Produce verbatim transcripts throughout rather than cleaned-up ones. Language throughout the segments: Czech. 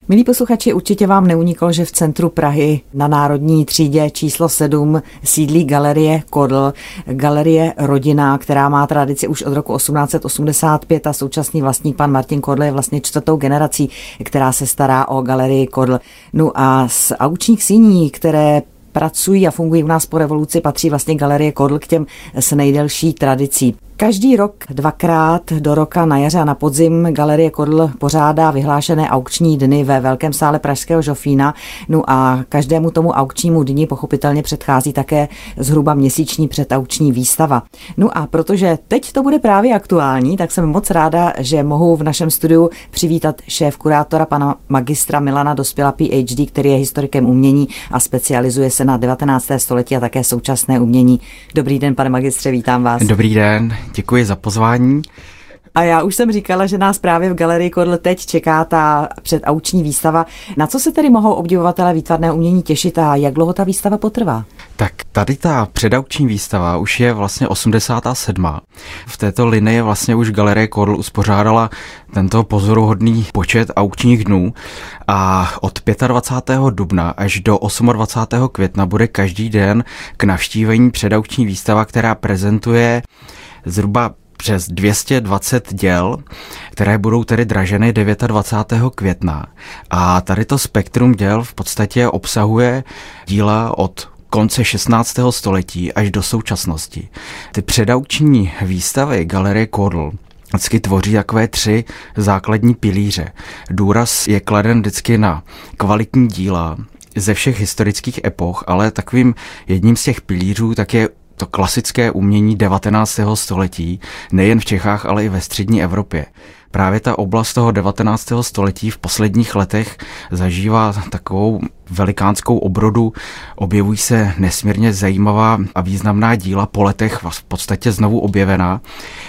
Milí posluchači, určitě vám neuniklo, že v centru Prahy na Národní třídě číslo sedm sídlí galerie Kodl, galerie rodinná, která má tradici už od roku osmnáct set osmdesát pět a současný vlastník pan Martin Kodl je vlastně čtvrtou generací, která se stará o galerii Kodl. No a z aukčních síní, které pracují a fungují u nás po revoluci, patří vlastně galerie Kodl k těm s nejdelší tradicí. Každý rok dvakrát do roka na jaře a na podzim galerie Kodl pořádá vyhlášené aukční dny ve Velkém sále pražského Žofína. No a každému tomu aukčnímu dni pochopitelně předchází také zhruba měsíční předaukční výstava. No a protože teď to bude právě aktuální, tak jsem moc ráda, že mohu v našem studiu přivítat šéf-kurátora pana magistra Milana Dospěla P H D, který je historikem umění a specializuje se na devatenácté století a také současné umění. Dobrý den, pane magistře, vítám vás. Dobrý den. Děkuji za pozvání. A já už jsem říkala, že nás právě v galerii Kodl teď čeká ta předaukční výstava. Na co se tedy mohou obdivovatelé výtvarného umění těšit a jak dlouho ta výstava potrvá? Tak tady ta předaukční výstava už je vlastně osmdesátá sedmá V této linii vlastně už galerie Kodl uspořádala tento pozoruhodný počet aukčních dnů a od dvacátého pátého dubna až do dvacátého osmého května bude každý den k navštívení předaukční výstava, která prezentuje zhruba přes dvě stě dvacet děl, které budou tedy draženy dvacátého devátého května. A tady to spektrum děl v podstatě obsahuje díla od konce šestnáctého století až do současnosti. Ty předaukční výstavy galerie Kodl vždycky tvoří takové tři základní pilíře. Důraz je kladen vždycky na kvalitní díla ze všech historických epoch, ale takovým jedním z těch pilířů tak je to klasické umění devatenáctého století, nejen v Čechách, ale i ve střední Evropě. Právě ta oblast toho devatenáctého století v posledních letech zažívá takovou velikánskou obrodu, objevují se nesmírně zajímavá a významná díla po letech v podstatě znovu objevená.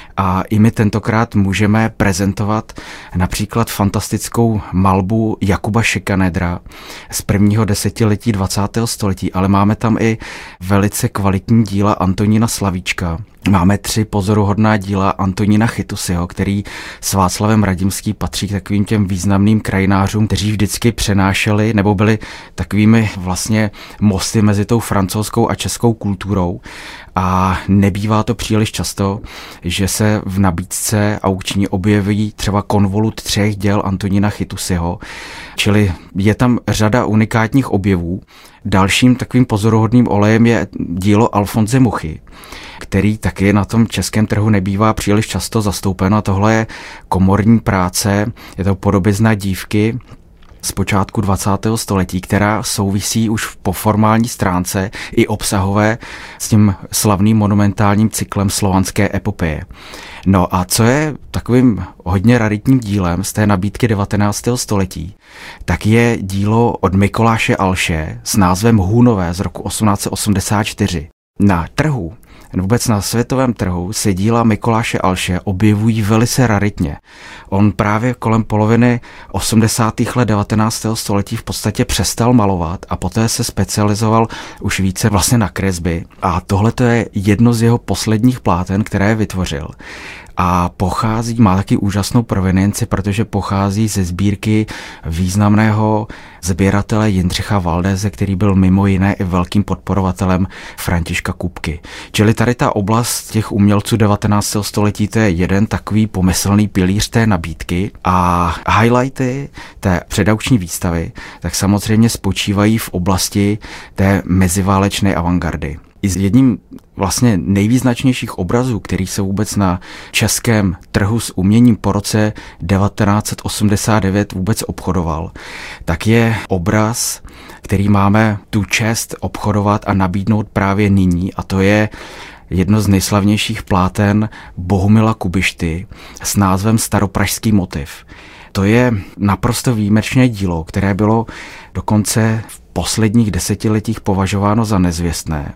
A i my tentokrát můžeme prezentovat například fantastickou malbu Jakuba Šikanedra z prvního desetiletí dvacátého století, ale máme tam i velice kvalitní díla Antonína Slavíčka. Máme tři pozoruhodná díla Antonína Chytusiho, který s Václavem Radimským patří k takovým těm významným krajinářům, kteří vždycky přenášeli nebo byli takovými vlastně mosty mezi tou francouzskou a českou kulturou. A nebývá to příliš často, že se v nabídce aukční objeví třeba konvolut třech děl Antonína Chytusiho, čili je tam řada unikátních objevů. Dalším takovým pozoruhodným olejem je dílo Alfonse Muchy, který taky na tom českém trhu nebývá příliš často zastoupen. A tohle je komorní práce, je to podobizna dívky z počátku dvacátého století, která souvisí už po formální stránce i obsahové s tím slavným monumentálním cyklem slovanské epopeje. No a co je takovým hodně raritním dílem z té nabídky devatenáctého století, tak je dílo od Mikoláše Alše s názvem Hůnové z roku osmnáct set osmdesát čtyři. Na trhu, vůbec na světovém trhu, se díla Mikoláše Alše objevují velice raritně. On právě kolem poloviny osmdesátých let devatenáctého století v podstatě přestal malovat a poté se specializoval už více vlastně na kresby. A tohle je jedno z jeho posledních pláten, které vytvořil. A pochází, má taky úžasnou provenienci, protože pochází ze sbírky významného sběratele Jindřicha Valdéze, který byl mimo jiné i velkým podporovatelem Františka Kupky. Čili tady ta oblast těch umělců devatenáctého století, to je jeden takový pomyslný pilíř té nabídky. A highlighty té předaukční výstavy tak samozřejmě spočívají v oblasti té meziválečné avantgardy. I s jedním vlastně nejvýznačnějších obrazů, který se vůbec na českém trhu s uměním po roce devatenáct set osmdesát devět vůbec obchodoval, tak je obraz, který máme tu čest obchodovat a nabídnout právě nyní, a to je jedno z nejslavnějších pláten Bohumila Kubišty s názvem Staropražský motiv. To je naprosto výjimečné dílo, které bylo dokonce v posledních desetiletích považováno za nezvěstné.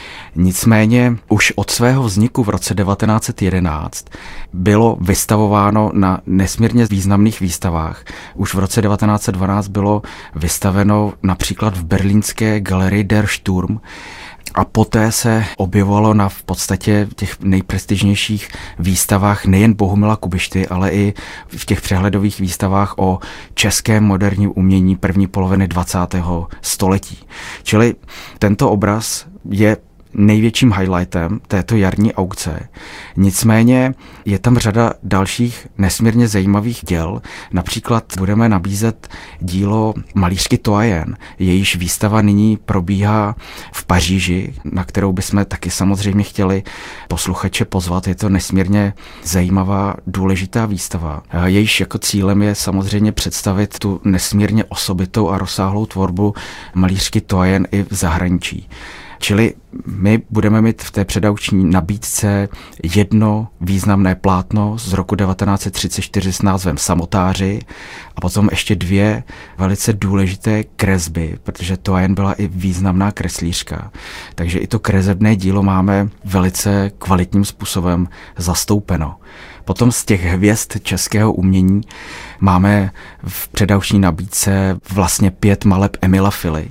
Nicméně už od svého vzniku v roce devatenáct set jedenáct bylo vystavováno na nesmírně významných výstavách. Už v roce devatenáct set dvanáct bylo vystaveno například v berlínské galerii Der Sturm A poté se objevovalo na v podstatě těch nejprestižnějších výstavách nejen Bohumila Kubišty, ale i v těch přehledových výstavách o českém moderním umění první poloviny dvacátého století. Čili tento obraz je největším highlightem této jarní aukce. Nicméně je tam řada dalších nesmírně zajímavých děl. Například budeme nabízet dílo malířky Toyen. Jejíž výstava nyní probíhá v Paříži, na kterou bychom taky samozřejmě chtěli posluchače pozvat. Je to nesmírně zajímavá, důležitá výstava. Jejíž jako cílem je samozřejmě představit tu nesmírně osobitou a rozsáhlou tvorbu malířky Toyen i v zahraničí. Čili my budeme mít v té předaukční nabídce jedno významné plátno z roku devatenáct set třicet čtyři s názvem Samotáři a potom ještě dvě velice důležité kresby, protože Toyen byla i významná kreslířka. Takže i to kresebné dílo máme velice kvalitním způsobem zastoupeno. Potom z těch hvězd českého umění máme v předaukční nabídce vlastně pět maleb Emila Fily.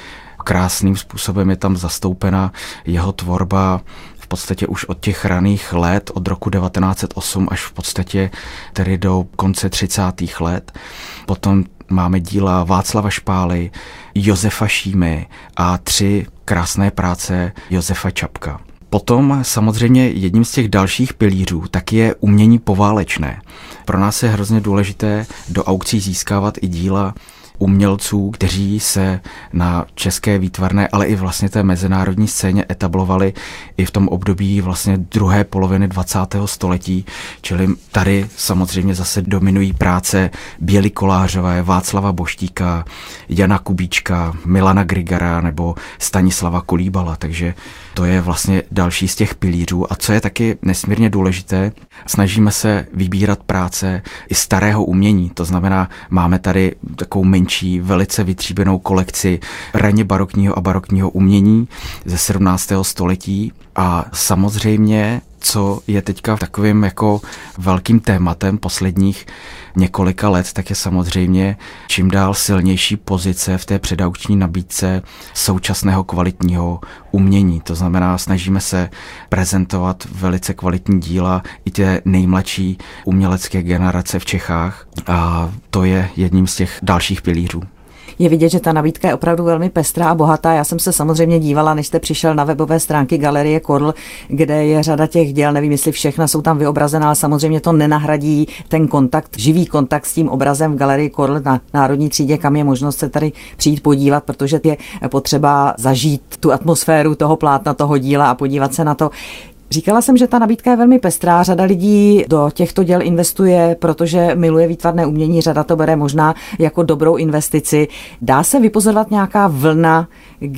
Krásným způsobem je tam zastoupena jeho tvorba v podstatě už od těch raných let, od roku devatenáct set osm až v podstatě tedy do konce třicátých let. Potom máme díla Václava Špály, Josefa Šímy a tři krásné práce Josefa Čapka. Potom samozřejmě jedním z těch dalších pilířů tak je umění poválečné. Pro nás je hrozně důležité do aukcí získávat i díla umělců, kteří se na české výtvarné, ale i vlastně té mezinárodní scéně etablovali i v tom období vlastně druhé poloviny dvacátého století, čili tady samozřejmě zase dominují práce Běly Kolářové, Václava Boštíka, Jana Kubíčka, Milana Grigara nebo Stanislava Kolíbala, takže to je vlastně další z těch pilířů. A co je taky nesmírně důležité, snažíme se vybírat práce i starého umění, to znamená, máme tady takovou menší, velice vytříbenou kolekci raně barokního a barokního umění ze sedmnáctého století a samozřejmě, co je teďka takovým jako velkým tématem posledních několika let, tak je samozřejmě čím dál silnější pozice v té předaukční nabídce současného kvalitního umění. To znamená, snažíme se prezentovat velice kvalitní díla i té nejmladší umělecké generace v Čechách a to je jedním z těch dalších pilířů. Je vidět, že ta nabídka je opravdu velmi pestrá a bohatá. Já jsem se samozřejmě dívala, než jste přišel na webové stránky Galerie Korl, kde je řada těch děl, nevím, jestli všechna jsou tam vyobrazená, ale samozřejmě to nenahradí ten kontakt, živý kontakt s tím obrazem v Galerii Korl na Národní třídě, kam je možnost se tady přijít podívat, protože je potřeba zažít tu atmosféru toho plátna, toho díla a podívat se na to. Říkala jsem, že ta nabídka je velmi pestrá, řada lidí do těchto děl investuje, protože miluje výtvarné umění, řada to bere možná jako dobrou investici. Dá se vypozorovat nějaká vlna,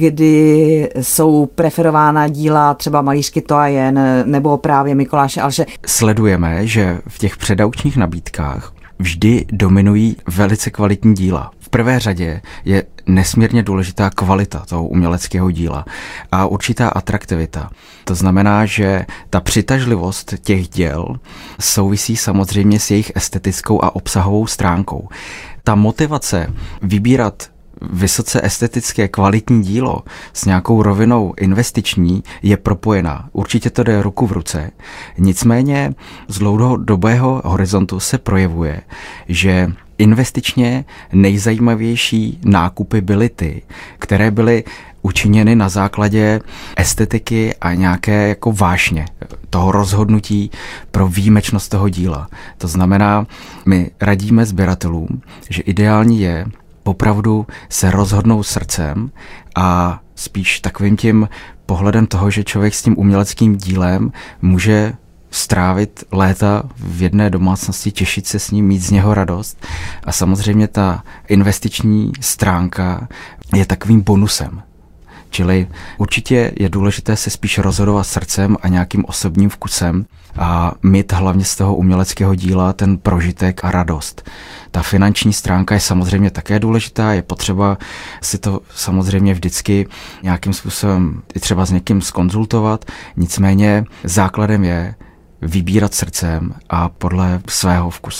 kdy jsou preferována díla třeba malířky Toyen nebo právě Mikuláše Alše? Sledujeme, že v těch předaukčních nabídkách vždy dominují velice kvalitní díla. V prvé řadě je nesmírně důležitá kvalita toho uměleckého díla a určitá atraktivita. To znamená, že ta přitažlivost těch děl souvisí samozřejmě s jejich estetickou a obsahovou stránkou. Ta motivace vybírat vysoce estetické kvalitní dílo s nějakou rovinou investiční je propojená. Určitě to jde ruku v ruce. Nicméně z dlouhodobého horizontu se projevuje, že investičně nejzajímavější nákupy byly ty, které byly učiněny na základě estetiky a nějaké jako vášně toho rozhodnutí pro výjimečnost toho díla. To znamená, my radíme sběratelům, že ideální je opravdu se rozhodnout srdcem a spíš takovým tím pohledem toho, že člověk s tím uměleckým dílem může strávit léta v jedné domácnosti, těšit se s ním, mít z něho radost. A samozřejmě ta investiční stránka je takovým bonusem. Čili určitě je důležité se spíš rozhodovat srdcem a nějakým osobním vkusem a mít hlavně z toho uměleckého díla ten prožitek a radost. Ta finanční stránka je samozřejmě také důležitá, je potřeba si to samozřejmě vždycky nějakým způsobem i třeba s někým zkonzultovat, nicméně základem je vybírat srdcem a podle svého vkusu.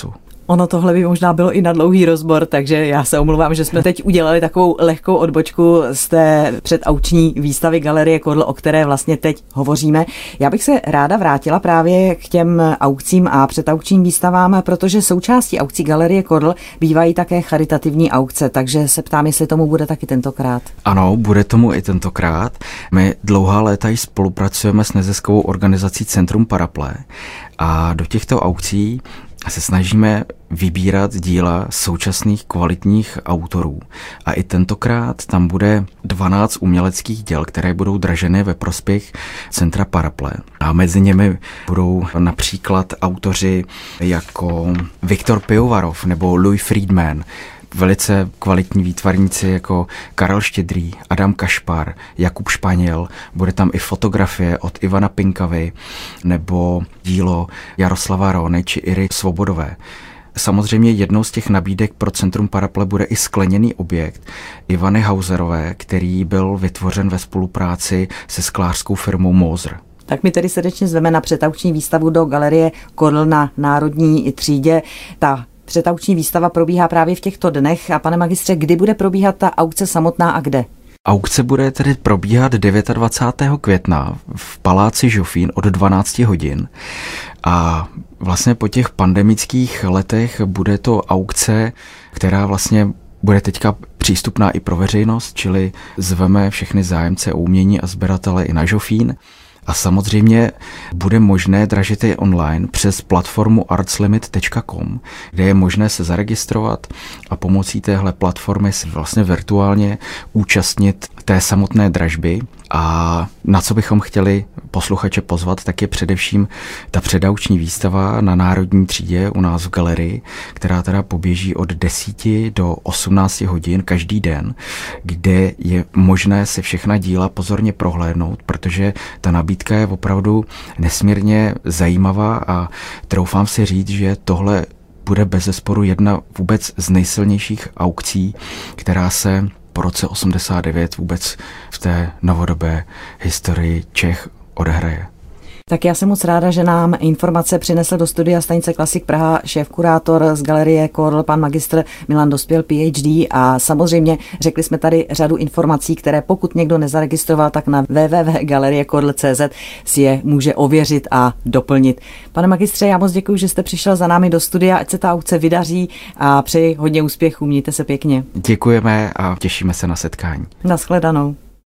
Ono tohle by možná bylo i na dlouhý rozbor, takže já se omlouvám, že jsme teď udělali takovou lehkou odbočku z té předaukční výstavy Galerie Kodl, o které vlastně teď hovoříme. Já bych se ráda vrátila právě k těm aukcím a předaukčním výstavám, protože součástí aukcí Galerie Kodl bývají také charitativní aukce, takže se ptám, jestli tomu bude taky tentokrát. Ano, bude tomu i tentokrát. My dlouhá léta již spolupracujeme s neziskovou organizací Centrum Paraple a do těchto aukcí se snažíme vybírat díla současných kvalitních autorů. A i tentokrát tam bude dvanáct uměleckých děl, které budou draženy ve prospěch Centra Paraple. A mezi nimi budou například autoři jako Viktor Pivovarov nebo Louis Friedman, velice kvalitní výtvarníci jako Karel Štědrý, Adam Kašpar, Jakub Španěl, bude tam i fotografie od Ivana Pinkavy nebo dílo Jaroslava Rony či Iry Svobodové. Samozřejmě jednou z těch nabídek pro Centrum Paraple bude i skleněný objekt Ivany Hauserové, který byl vytvořen ve spolupráci se sklářskou firmou Moser. Tak mi tedy srdečně zveme na předaukční výstavu do Galerie Kodl na Národní třídě. Ta předaukční výstava probíhá právě v těchto dnech. A pane magistře, kdy bude probíhat ta aukce samotná a kde? Aukce bude tedy probíhat dvacátého devátého května v Paláci Žofín od dvanácti hodin a vlastně po těch pandemických letech bude to aukce, která vlastně bude teďka přístupná i pro veřejnost, čili zveme všechny zájemce o umění a sběratele i na Žofín. A samozřejmě bude možné dražit i online přes platformu artslimit tečka com, kde je možné se zaregistrovat a pomocí téhle platformy se vlastně virtuálně účastnit té samotné dražby. A na co bychom chtěli posluchače pozvat, tak je především ta předaukční výstava na Národní třídě u nás v galerii, která teda poběží od deseti do osmnácti hodin každý den, kde je možné si všechna díla pozorně prohlédnout, protože ta nabídka je opravdu nesmírně zajímavá a troufám si říct, že tohle bude bezesporu jedna vůbec z nejsilnějších aukcí, která se po roce osmdesát devět vůbec v té novodobé historii Čech odehraje. Tak já jsem moc ráda, že nám informace přinesl do studia stanice Klasik Praha šéfkurátor z Galerie Kodl, pan magistr Milan Dospěl, P H D, a samozřejmě řekli jsme tady řadu informací, které pokud někdo nezaregistroval, tak na w w w tečka galerie kodl tečka c z si je může ověřit a doplnit. Pane magistře, já moc děkuji, že jste přišel za námi do studia, ať se ta aukce vydaří a přeji hodně úspěchů, mějte se pěkně. Děkujeme a těšíme se na setkání. Naschledanou.